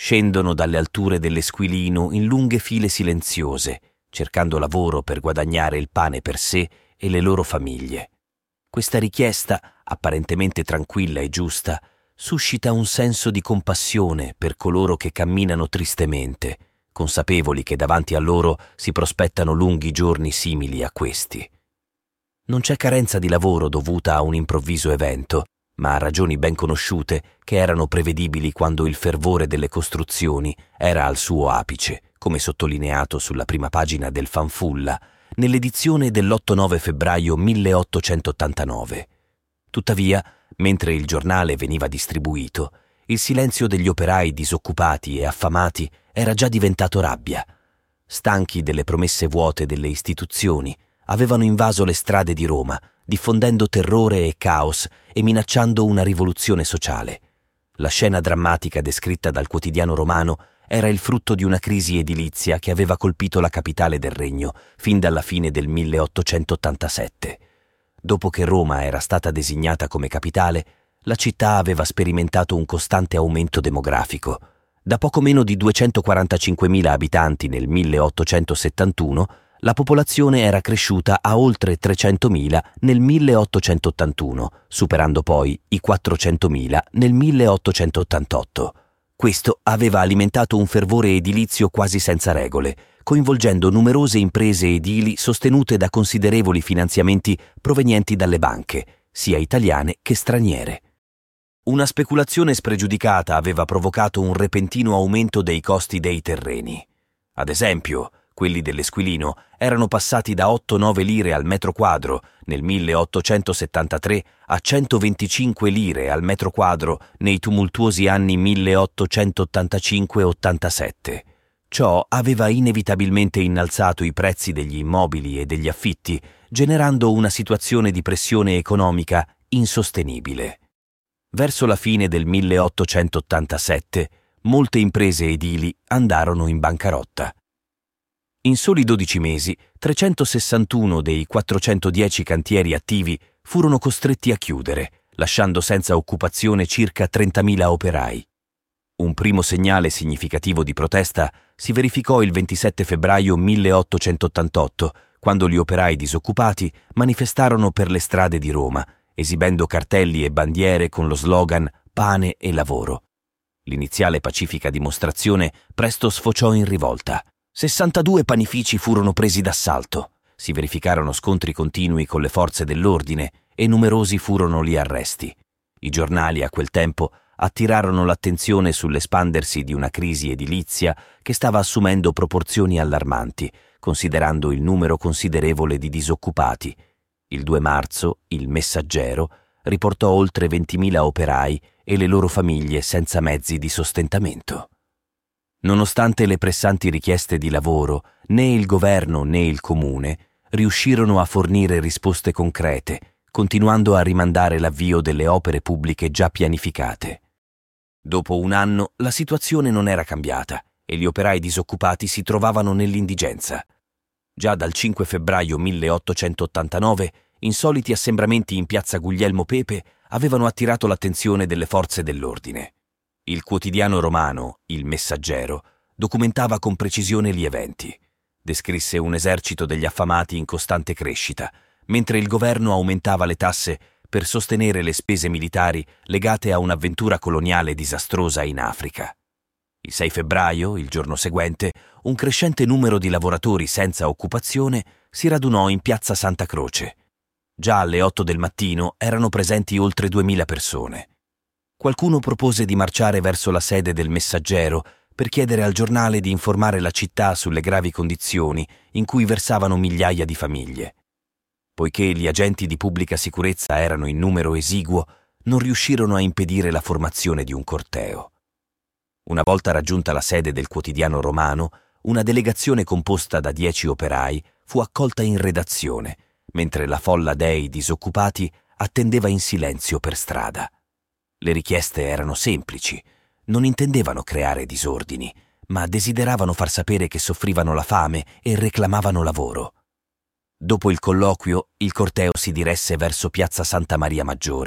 scendono dalle alture dell'Esquilino in lunghe file silenziose, cercando lavoro per guadagnare il pane per sé e le loro famiglie. Questa richiesta, apparentemente tranquilla e giusta, suscita un senso di compassione per coloro che camminano tristemente, consapevoli che davanti a loro si prospettano lunghi giorni simili a questi. Non c'è carenza di lavoro dovuta a un improvviso evento, ma a ragioni ben conosciute che erano prevedibili quando il fervore delle costruzioni era al suo apice, come sottolineato sulla prima pagina del Fanfulla, nell'edizione dell'8-9 febbraio 1889. Tuttavia, mentre il giornale veniva distribuito, il silenzio degli operai disoccupati e affamati era già diventato rabbia. Stanchi delle promesse vuote delle istituzioni, avevano invaso le strade di Roma, diffondendo terrore e caos e minacciando una rivoluzione sociale. La scena drammatica descritta dal quotidiano romano era il frutto di una crisi edilizia che aveva colpito la capitale del regno fin dalla fine del 1887. Dopo che Roma era stata designata come capitale, la città aveva sperimentato un costante aumento demografico. Da poco meno di 245.000 abitanti nel 1871, la popolazione era cresciuta a oltre 300.000 nel 1881, superando poi i 400.000 nel 1888. Questo aveva alimentato un fervore edilizio quasi senza regole, coinvolgendo numerose imprese edili sostenute da considerevoli finanziamenti provenienti dalle banche, sia italiane che straniere. Una speculazione spregiudicata aveva provocato un repentino aumento dei costi dei terreni. Ad esempio, quelli dell'Esquilino erano passati da 8-9 lire al metro quadro nel 1873 a 125 lire al metro quadro nei tumultuosi anni 1885-87. Ciò aveva inevitabilmente innalzato i prezzi degli immobili e degli affitti, generando una situazione di pressione economica insostenibile. Verso la fine del 1887, molte imprese edili andarono in bancarotta. In soli 12 mesi, 361 dei 410 cantieri attivi furono costretti a chiudere, lasciando senza occupazione circa 30.000 operai. Un primo segnale significativo di protesta si verificò il 27 febbraio 1888, quando gli operai disoccupati manifestarono per le strade di Roma, esibendo cartelli e bandiere con lo slogan «Pane e lavoro». L'iniziale pacifica dimostrazione presto sfociò in rivolta. 62 panifici furono presi d'assalto, si verificarono scontri continui con le forze dell'ordine e numerosi furono gli arresti. I giornali a quel tempo attirarono l'attenzione sull'espandersi di una crisi edilizia che stava assumendo proporzioni allarmanti, considerando il numero considerevole di disoccupati. Il 2 marzo, il Messaggero riportò oltre 20.000 operai e le loro famiglie senza mezzi di sostentamento. Nonostante le pressanti richieste di lavoro, né il governo né il comune riuscirono a fornire risposte concrete, continuando a rimandare l'avvio delle opere pubbliche già pianificate. Dopo un anno la situazione non era cambiata e gli operai disoccupati si trovavano nell'indigenza. Già dal 5 febbraio 1889 insoliti assembramenti in piazza Guglielmo Pepe avevano attirato l'attenzione delle forze dell'ordine. Il quotidiano romano, il Messaggero, documentava con precisione gli eventi. Descrisse un esercito degli affamati in costante crescita, mentre il governo aumentava le tasse per sostenere le spese militari legate a un'avventura coloniale disastrosa in Africa. Il 6 febbraio, il giorno seguente, un crescente numero di lavoratori senza occupazione si radunò in piazza Santa Croce. Già alle 8 del mattino erano presenti oltre 2.000 persone. Qualcuno propose di marciare verso la sede del Messaggero per chiedere al giornale di informare la città sulle gravi condizioni in cui versavano migliaia di famiglie. Poiché gli agenti di pubblica sicurezza erano in numero esiguo, non riuscirono a impedire la formazione di un corteo. Una volta raggiunta la sede del quotidiano romano, una delegazione composta da 10 operai fu accolta in redazione, mentre la folla dei disoccupati attendeva in silenzio per strada. Le richieste erano semplici, non intendevano creare disordini, ma desideravano far sapere che soffrivano la fame e reclamavano lavoro. Dopo il colloquio, il corteo si diresse verso piazza Santa Maria Maggiore,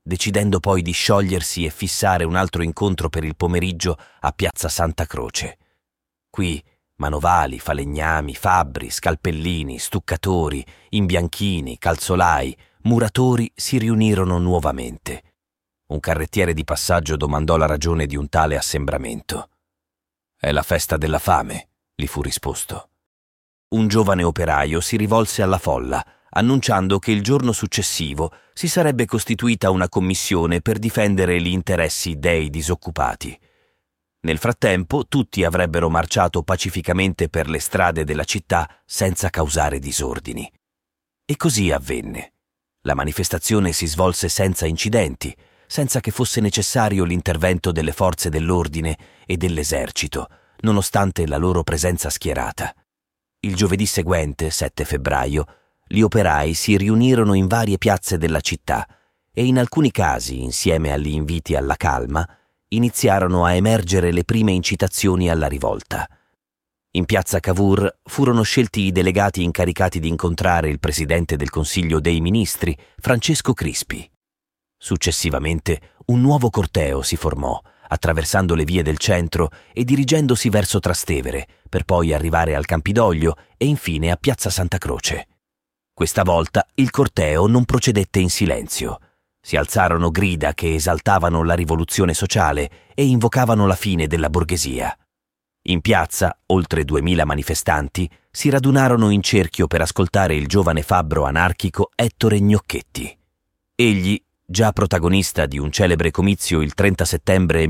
decidendo poi di sciogliersi e fissare un altro incontro per il pomeriggio a Piazza Santa Croce. Qui manovali, falegnami, fabbri, scalpellini, stuccatori, imbianchini, calzolai, muratori si riunirono nuovamente. Un carrettiere di passaggio domandò la ragione di un tale assembramento. «È la festa della fame», gli fu risposto. Un giovane operaio si rivolse alla folla, annunciando che il giorno successivo si sarebbe costituita una commissione per difendere gli interessi dei disoccupati. Nel frattempo tutti avrebbero marciato pacificamente per le strade della città senza causare disordini. E così avvenne. La manifestazione si svolse senza incidenti, senza che fosse necessario l'intervento delle forze dell'ordine e dell'esercito, nonostante la loro presenza schierata. Il giovedì seguente, 7 febbraio, gli operai si riunirono in varie piazze della città e in alcuni casi, insieme agli inviti alla calma, iniziarono a emergere le prime incitazioni alla rivolta. In piazza Cavour furono scelti i delegati incaricati di incontrare il presidente del Consiglio dei Ministri, Francesco Crispi. Successivamente un nuovo corteo si formò, attraversando le vie del centro e dirigendosi verso Trastevere, per poi arrivare al Campidoglio e infine a Piazza Santa Croce. Questa volta il corteo non procedette in silenzio. Si alzarono grida che esaltavano la rivoluzione sociale e invocavano la fine della borghesia. In piazza, oltre 2000 manifestanti si radunarono in cerchio per ascoltare il giovane fabbro anarchico Ettore Gnocchetti. Egli, già protagonista di un celebre comizio il 30 settembre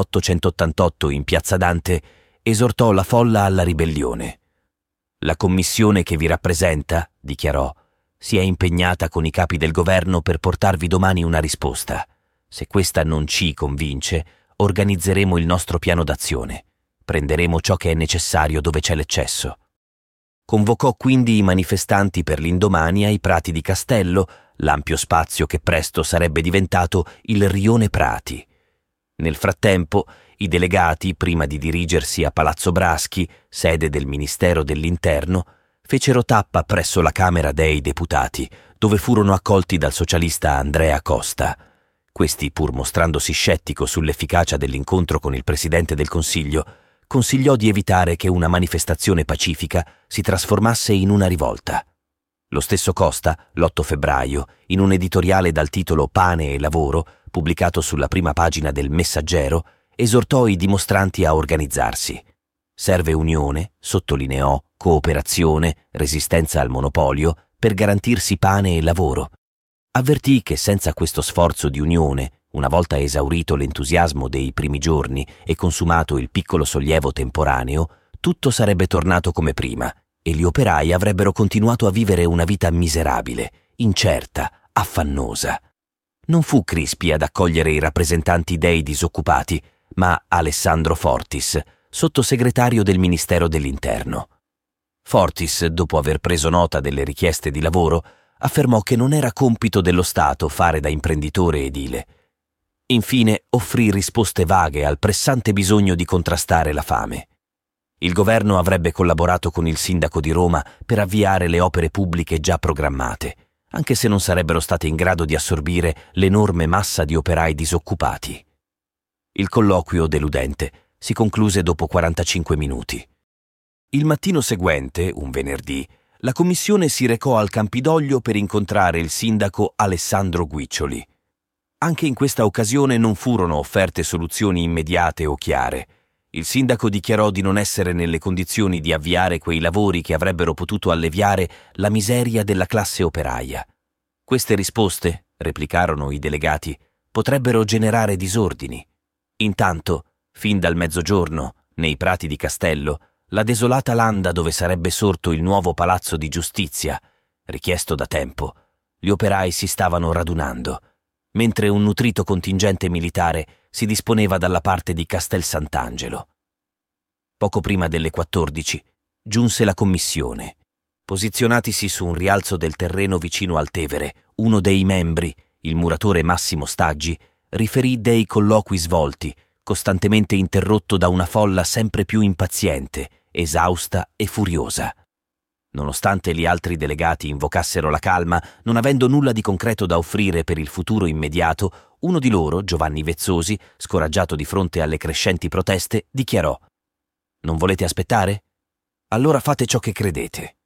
1888 in Piazza Dante, esortò la folla alla ribellione. «La commissione che vi rappresenta», dichiarò, «si è impegnata con i capi del governo per portarvi domani una risposta. Se questa non ci convince, organizzeremo il nostro piano d'azione. Prenderemo ciò che è necessario dove c'è l'eccesso». Convocò quindi i manifestanti per l'indomani ai Prati di Castello, l'ampio spazio che presto sarebbe diventato il Rione Prati. Nel frattempo, i delegati, prima di dirigersi a Palazzo Braschi, sede del Ministero dell'Interno, fecero tappa presso la Camera dei Deputati, dove furono accolti dal socialista Andrea Costa. Questi, pur mostrandosi scettico sull'efficacia dell'incontro con il Presidente del Consiglio, consigliò di evitare che una manifestazione pacifica si trasformasse in una rivolta. Lo stesso Costa, l'8 febbraio, in un editoriale dal titolo Pane e lavoro, pubblicato sulla prima pagina del Messaggero, esortò i dimostranti a organizzarsi. Serve unione, sottolineò, cooperazione, resistenza al monopolio, per garantirsi pane e lavoro. Avvertì che senza questo sforzo di unione, una volta esaurito l'entusiasmo dei primi giorni e consumato il piccolo sollievo temporaneo, tutto sarebbe tornato come prima e gli operai avrebbero continuato a vivere una vita miserabile, incerta, affannosa. Non fu Crispi ad accogliere i rappresentanti dei disoccupati, ma Alessandro Fortis, sottosegretario del Ministero dell'Interno. Fortis, dopo aver preso nota delle richieste di lavoro, affermò che non era compito dello Stato fare da imprenditore edile. Infine offrì risposte vaghe al pressante bisogno di contrastare la fame. Il governo avrebbe collaborato con il sindaco di Roma per avviare le opere pubbliche già programmate, anche se non sarebbero state in grado di assorbire l'enorme massa di operai disoccupati. Il colloquio deludente si concluse dopo 45 minuti. Il mattino seguente, un venerdì, la commissione si recò al Campidoglio per incontrare il sindaco Alessandro Guiccioli. Anche in questa occasione non furono offerte soluzioni immediate o chiare. Il sindaco dichiarò di non essere nelle condizioni di avviare quei lavori che avrebbero potuto alleviare la miseria della classe operaia. Queste risposte, replicarono i delegati, potrebbero generare disordini. Intanto, fin dal mezzogiorno, nei Prati di Castello, la desolata landa dove sarebbe sorto il nuovo palazzo di giustizia, richiesto da tempo, gli operai si stavano radunando, mentre un nutrito contingente militare si disponeva dalla parte di Castel Sant'Angelo. Poco prima delle 14 giunse la commissione. Posizionatisi su un rialzo del terreno vicino al Tevere, uno dei membri, il muratore Massimo Staggi, riferì dei colloqui svolti, costantemente interrotto da una folla sempre più impaziente, esausta e furiosa. Nonostante gli altri delegati invocassero la calma, non avendo nulla di concreto da offrire per il futuro immediato, uno di loro, Giovanni Vezzosi, scoraggiato di fronte alle crescenti proteste, dichiarò: «Non volete aspettare? Allora fate ciò che credete».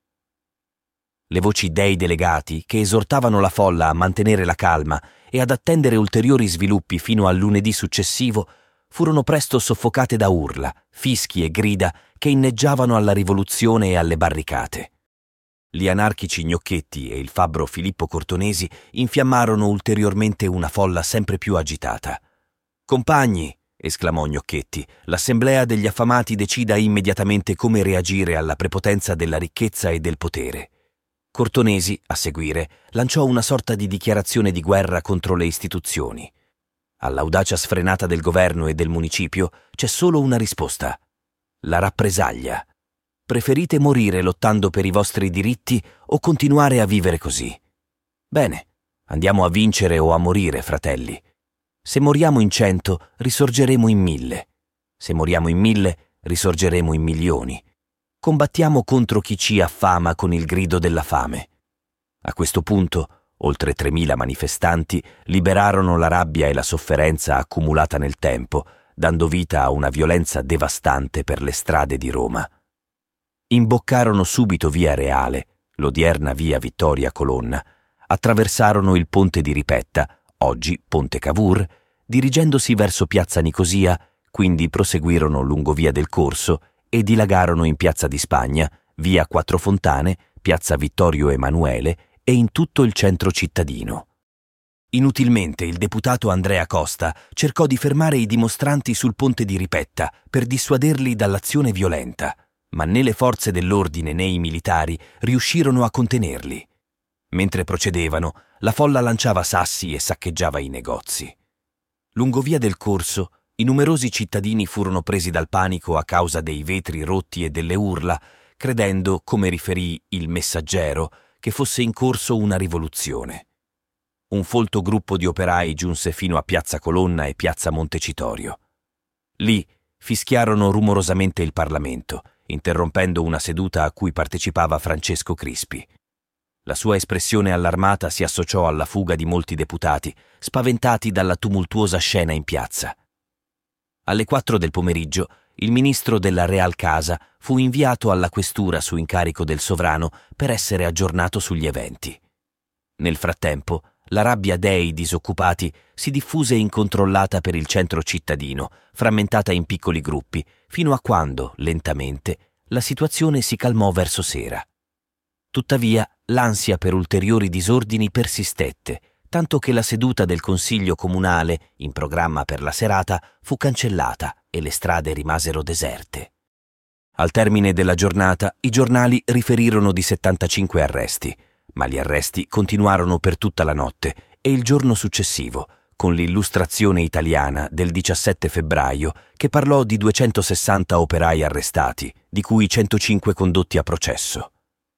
Le voci dei delegati, che esortavano la folla a mantenere la calma e ad attendere ulteriori sviluppi fino al lunedì successivo, furono presto soffocate da urla, fischi e grida che inneggiavano alla rivoluzione e alle barricate. Gli anarchici Gnocchetti e il fabbro Filippo Cortonesi infiammarono ulteriormente una folla sempre più agitata. «Compagni», esclamò Gnocchetti, «l'assemblea degli affamati decida immediatamente come reagire alla prepotenza della ricchezza e del potere». Cortonesi, a seguire, lanciò una sorta di dichiarazione di guerra contro le istituzioni. All'audacia sfrenata del governo e del municipio c'è solo una risposta: la rappresaglia. Preferite morire lottando per i vostri diritti o continuare a vivere così? Bene, andiamo a vincere o a morire, fratelli. Se moriamo in 100, risorgeremo in 1000. Se moriamo in 1000, risorgeremo in milioni. Combattiamo contro chi ci affama con il grido della fame. A questo punto, oltre 3.000 manifestanti liberarono la rabbia e la sofferenza accumulata nel tempo, dando vita a una violenza devastante per le strade di Roma. Imboccarono subito via Reale, l'odierna via Vittoria Colonna, attraversarono il ponte di Ripetta, oggi ponte Cavour, dirigendosi verso piazza Nicosia, quindi proseguirono lungo via del Corso e dilagarono in piazza di Spagna, via Quattro Fontane, piazza Vittorio Emanuele e in tutto il centro cittadino. Inutilmente il deputato Andrea Costa cercò di fermare i dimostranti sul ponte di Ripetta per dissuaderli dall'azione violenta, ma né le forze dell'ordine né i militari riuscirono a contenerli. Mentre procedevano, la folla lanciava sassi e saccheggiava i negozi. Lungo via del Corso, i numerosi cittadini furono presi dal panico a causa dei vetri rotti e delle urla, credendo, come riferì Il Messaggero, che fosse in corso una rivoluzione. Un folto gruppo di operai giunse fino a piazza Colonna e piazza Montecitorio. Lì fischiarono rumorosamente il Parlamento, interrompendo una seduta a cui partecipava Francesco Crispi. La sua espressione allarmata si associò alla fuga di molti deputati, spaventati dalla tumultuosa scena in piazza. Alle 4 del pomeriggio, il ministro della Real Casa fu inviato alla questura su incarico del sovrano per essere aggiornato sugli eventi. Nel frattempo, la rabbia dei disoccupati si diffuse incontrollata per il centro cittadino, frammentata in piccoli gruppi, fino a quando, lentamente, la situazione si calmò verso sera. Tuttavia, l'ansia per ulteriori disordini persistette, tanto che la seduta del Consiglio Comunale, in programma per la serata, fu cancellata e le strade rimasero deserte. Al termine della giornata, i giornali riferirono di 75 arresti, ma gli arresti continuarono per tutta la notte e il giorno successivo, con l'Illustrazione Italiana del 17 febbraio che parlò di 260 operai arrestati, di cui 105 condotti a processo.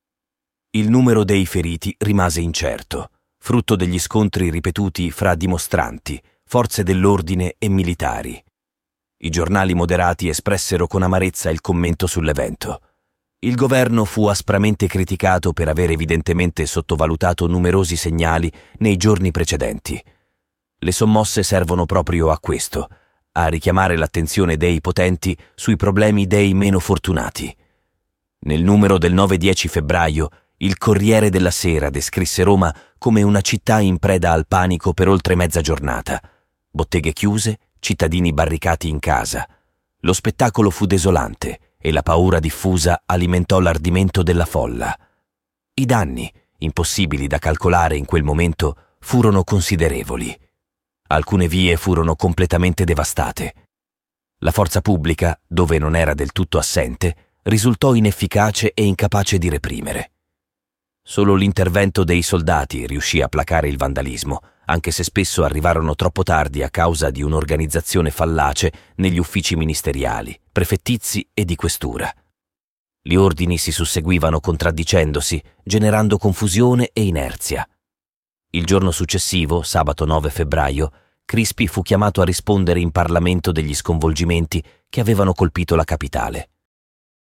Il numero dei feriti rimase incerto, frutto degli scontri ripetuti fra dimostranti, forze dell'ordine e militari. I giornali moderati espressero con amarezza il commento sull'evento. Il governo fu aspramente criticato per aver evidentemente sottovalutato numerosi segnali nei giorni precedenti. Le sommosse servono proprio a questo, a richiamare l'attenzione dei potenti sui problemi dei meno fortunati. Nel numero del 9-10 febbraio, il Corriere della Sera descrisse Roma come una città in preda al panico per oltre mezza giornata. Botteghe chiuse, cittadini barricati in casa. Lo spettacolo fu desolante e la paura diffusa alimentò l'ardimento della folla. I danni, impossibili da calcolare in quel momento, furono considerevoli. Alcune vie furono completamente devastate. La forza pubblica, dove non era del tutto assente, risultò inefficace e incapace di reprimere. Solo l'intervento dei soldati riuscì a placare il vandalismo, anche se spesso arrivarono troppo tardi a causa di un'organizzazione fallace negli uffici ministeriali, prefettizi e di questura. Gli ordini si susseguivano contraddicendosi, generando confusione e inerzia. Il giorno successivo, sabato 9 febbraio, Crispi fu chiamato a rispondere in Parlamento degli sconvolgimenti che avevano colpito la capitale.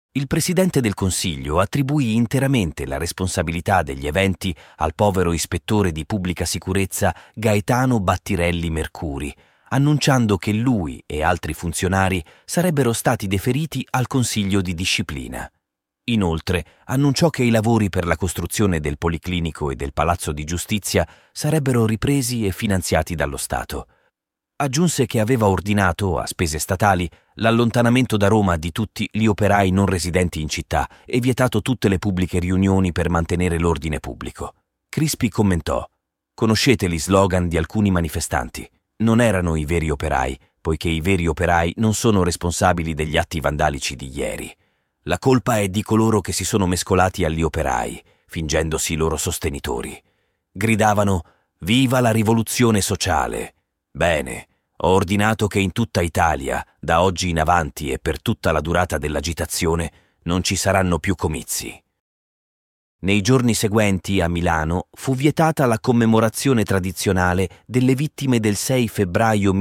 Il Presidente del Consiglio attribuì interamente la responsabilità degli eventi al povero ispettore di pubblica sicurezza Gaetano Battirelli Mercuri, annunciando che lui e altri funzionari sarebbero stati deferiti al Consiglio di disciplina. Inoltre, annunciò che i lavori per la costruzione del Policlinico e del Palazzo di Giustizia sarebbero ripresi e finanziati dallo Stato. Aggiunse che aveva ordinato, a spese statali, l'allontanamento da Roma di tutti gli operai non residenti in città e vietato tutte le pubbliche riunioni per mantenere l'ordine pubblico. Crispi commentò: «Conoscete gli slogan di alcuni manifestanti? Non erano i veri operai, poiché i veri operai non sono responsabili degli atti vandalici di ieri. La colpa è di coloro che si sono mescolati agli operai, fingendosi loro sostenitori. Gridavano: viva la rivoluzione sociale! Bene, ho ordinato che in tutta Italia, da oggi in avanti e per tutta la durata dell'agitazione, non ci saranno più comizi». Nei giorni seguenti, a Milano, fu vietata la commemorazione tradizionale delle vittime del 6 febbraio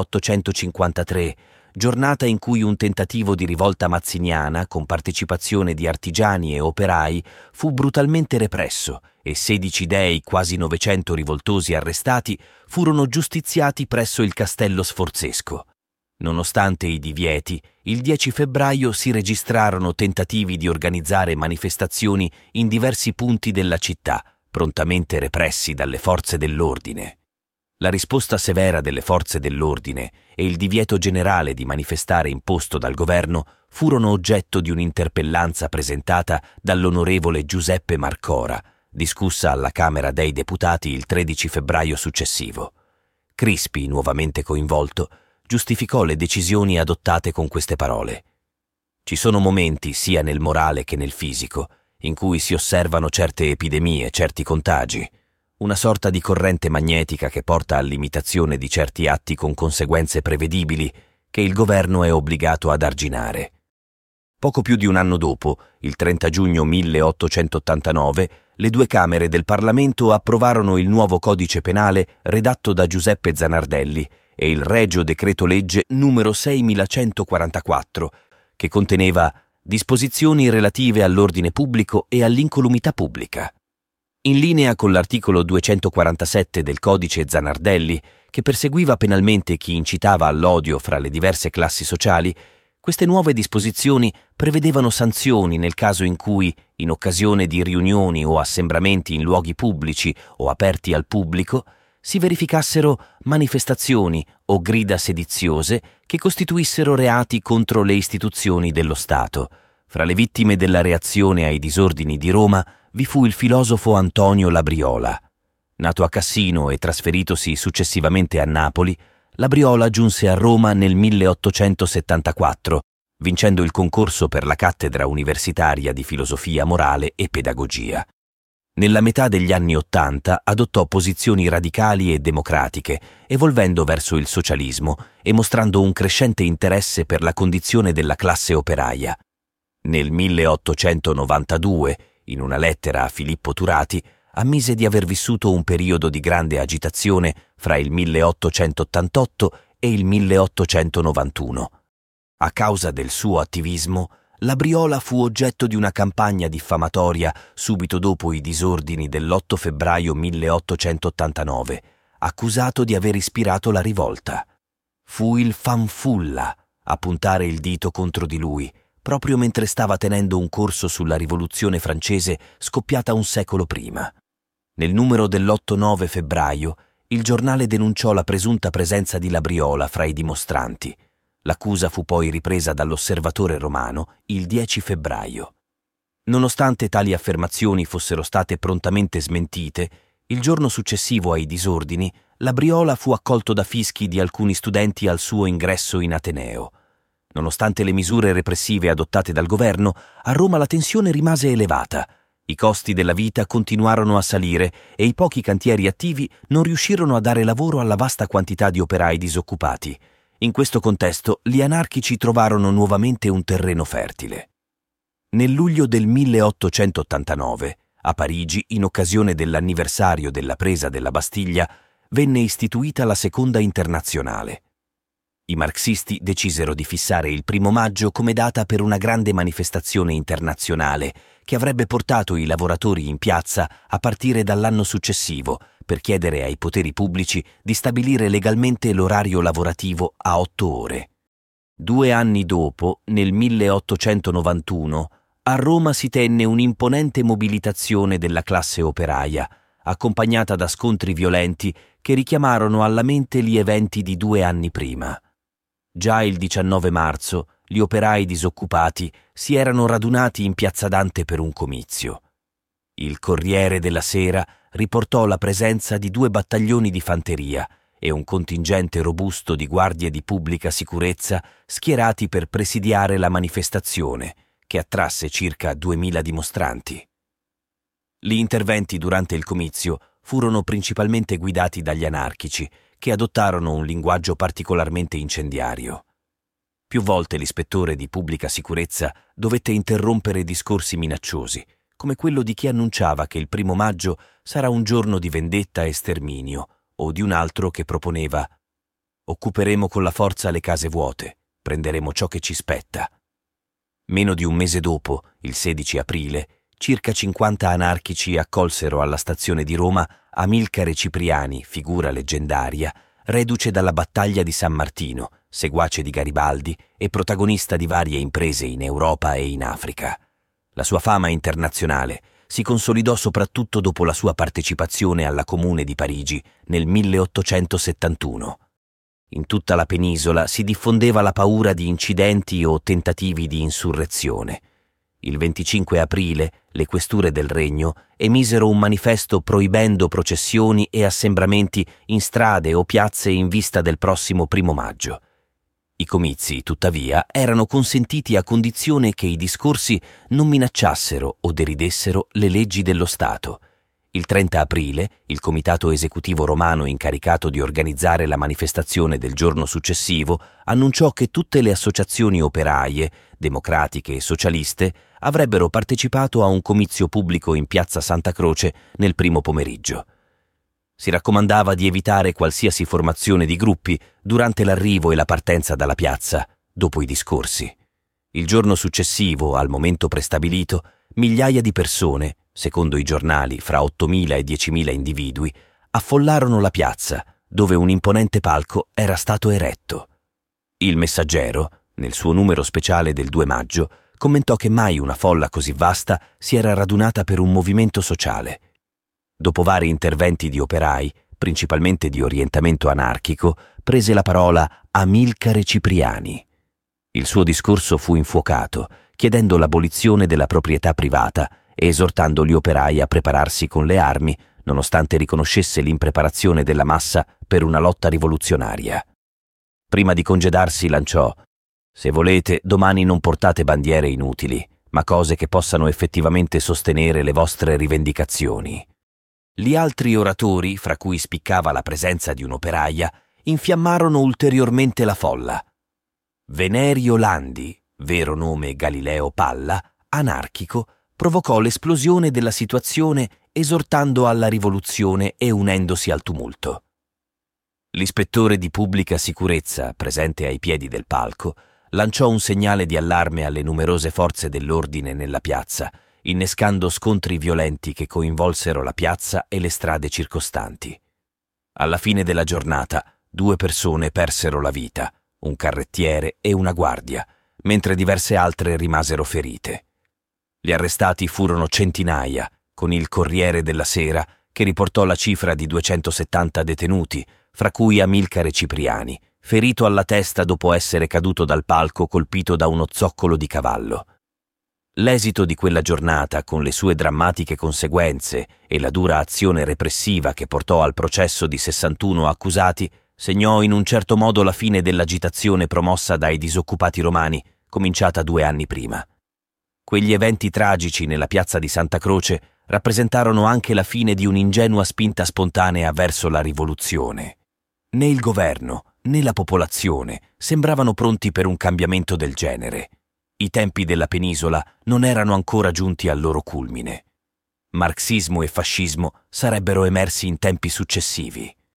1853, giornata in cui un tentativo di rivolta mazziniana, con partecipazione di artigiani e operai, fu brutalmente represso e 16 dei quasi 900 rivoltosi arrestati furono giustiziati presso il Castello Sforzesco. Nonostante i divieti, il 10 febbraio si registrarono tentativi di organizzare manifestazioni in diversi punti della città, prontamente repressi dalle forze dell'ordine. La risposta severa delle forze dell'ordine e il divieto generale di manifestare imposto dal governo furono oggetto di un'interpellanza presentata dall'onorevole Giuseppe Marcora, discussa alla Camera dei Deputati il 13 febbraio successivo. Crispi, nuovamente coinvolto, giustificò le decisioni adottate con queste parole: «Ci sono momenti, sia nel morale che nel fisico, in cui si osservano certe epidemie, certi contagi, una sorta di corrente magnetica che porta all'imitazione di certi atti con conseguenze prevedibili che il governo è obbligato ad arginare». Poco più di un anno dopo, il 30 giugno 1889, le due Camere del Parlamento approvarono il nuovo codice penale redatto da Giuseppe Zanardelli e il Regio Decreto Legge numero 6144, che conteneva disposizioni relative all'ordine pubblico e all'incolumità pubblica. In linea con l'articolo 247 del codice Zanardelli, che perseguiva penalmente chi incitava all'odio fra le diverse classi sociali, queste nuove disposizioni prevedevano sanzioni nel caso in cui, in occasione di riunioni o assembramenti in luoghi pubblici o aperti al pubblico, si verificassero manifestazioni o grida sediziose che costituissero reati contro le istituzioni dello Stato. Fra le vittime della reazione ai disordini di Roma vi fu il filosofo Antonio Labriola. Nato a Cassino e trasferitosi successivamente a Napoli, Labriola giunse a Roma nel 1874, vincendo il concorso per la cattedra universitaria di filosofia morale e pedagogia. Nella metà degli anni '80 adottò posizioni radicali e democratiche, evolvendo verso il socialismo e mostrando un crescente interesse per la condizione della classe operaia. Nel 1892, in una lettera a Filippo Turati, ammise di aver vissuto un periodo di grande agitazione fra il 1888 e il 1891. A causa del suo attivismo, Labriola fu oggetto di una campagna diffamatoria subito dopo i disordini dell'8 febbraio 1889, accusato di aver ispirato la rivolta. Fu il Fanfulla a puntare il dito contro di lui, proprio mentre stava tenendo un corso sulla Rivoluzione francese scoppiata un secolo prima. Nel numero dell'8-9 febbraio, il giornale denunciò la presunta presenza di Labriola fra i dimostranti. L'accusa fu poi ripresa dall'Osservatore Romano il 10 febbraio. Nonostante tali affermazioni fossero state prontamente smentite, il giorno successivo ai disordini, Labriola fu accolto da fischi di alcuni studenti al suo ingresso in Ateneo. Nonostante le misure repressive adottate dal governo, a Roma la tensione rimase elevata. I costi della vita continuarono a salire e i pochi cantieri attivi non riuscirono a dare lavoro alla vasta quantità di operai disoccupati. In questo contesto, gli anarchici trovarono nuovamente un terreno fertile. Nel luglio del 1889, a Parigi, in occasione dell'anniversario della presa della Bastiglia, venne istituita la Seconda Internazionale. I marxisti decisero di fissare il 1° maggio come data per una grande manifestazione internazionale che avrebbe portato i lavoratori in piazza a partire dall'anno successivo per chiedere ai poteri pubblici di stabilire legalmente l'orario lavorativo a 8 ore. 2 anni dopo, nel 1891, a Roma si tenne un'imponente mobilitazione della classe operaia, accompagnata da scontri violenti che richiamarono alla mente gli eventi di 2 anni prima. Già il 19 marzo gli operai disoccupati si erano radunati in Piazza Dante per un comizio. Il Corriere della Sera riportò la presenza di 2 battaglioni di fanteria e un contingente robusto di guardie di pubblica sicurezza schierati per presidiare la manifestazione, che attrasse circa 2000 dimostranti. Gli interventi durante il comizio furono principalmente guidati dagli anarchici, che adottarono un linguaggio particolarmente incendiario. Più volte l'ispettore di pubblica sicurezza dovette interrompere discorsi minacciosi, come quello di chi annunciava che il 1° maggio sarà un giorno di vendetta e sterminio, o di un altro che proponeva: occuperemo con la forza le case vuote, prenderemo ciò che ci spetta. Meno di un mese dopo, il 16 aprile, circa 50 anarchici accolsero alla stazione di Roma Amilcare Cipriani, figura leggendaria, reduce dalla battaglia di San Martino, seguace di Garibaldi e protagonista di varie imprese in Europa e in Africa. La sua fama internazionale si consolidò soprattutto dopo la sua partecipazione alla Comune di Parigi nel 1871. In tutta la penisola si diffondeva la paura di incidenti o tentativi di insurrezione. Il 25 aprile le questure del Regno emisero un manifesto proibendo processioni e assembramenti in strade o piazze in vista del prossimo 1° maggio. I comizi, tuttavia, erano consentiti a condizione che i discorsi non minacciassero o deridessero le leggi dello Stato. Il 30 aprile, il comitato esecutivo romano incaricato di organizzare la manifestazione del giorno successivo annunciò che tutte le associazioni operaie, democratiche e socialiste avrebbero partecipato a un comizio pubblico in piazza Santa Croce nel primo pomeriggio. Si raccomandava di evitare qualsiasi formazione di gruppi durante l'arrivo e la partenza dalla piazza, dopo i discorsi. Il giorno successivo, al momento prestabilito, migliaia di persone, secondo i giornali fra 8.000 e 10.000 individui, affollarono la piazza, dove un imponente palco era stato eretto. Il Messaggero, nel suo numero speciale del 2 maggio, commentò che mai una folla così vasta si era radunata per un movimento sociale. Dopo vari interventi di operai, principalmente di orientamento anarchico, prese la parola Amilcare Cipriani. Il suo discorso fu infuocato, chiedendo l'abolizione della proprietà privata e esortando gli operai a prepararsi con le armi, nonostante riconoscesse l'impreparazione della massa per una lotta rivoluzionaria. Prima di congedarsi lanciò: «Se volete, domani non portate bandiere inutili, ma cose che possano effettivamente sostenere le vostre rivendicazioni». Gli altri oratori, fra cui spiccava la presenza di un'operaia, infiammarono ulteriormente la folla. Venerio Landi, vero nome Galileo Palla, anarchico, provocò l'esplosione della situazione esortando alla rivoluzione e unendosi al tumulto. L'ispettore di pubblica sicurezza, presente ai piedi del palco, lanciò un segnale di allarme alle numerose forze dell'ordine nella piazza, innescando scontri violenti che coinvolsero la piazza e le strade circostanti. Alla fine della giornata, 2 persone persero la vita, un carrettiere e una guardia, mentre diverse altre rimasero ferite. Gli arrestati furono centinaia, con il Corriere della Sera che riportò la cifra di 270 detenuti, fra cui Amilcare Cipriani, ferito alla testa dopo essere caduto dal palco colpito da uno zoccolo di cavallo. L'esito di quella giornata, con le sue drammatiche conseguenze e la dura azione repressiva che portò al processo di 61 accusati, segnò in un certo modo la fine dell'agitazione promossa dai disoccupati romani, cominciata 2 anni prima. Quegli eventi tragici nella piazza di Santa Croce rappresentarono anche la fine di un'ingenua spinta spontanea verso la rivoluzione. Né il governo, né la popolazione sembravano pronti per un cambiamento del genere. I tempi della penisola non erano ancora giunti al loro culmine. Marxismo e fascismo sarebbero emersi in tempi successivi.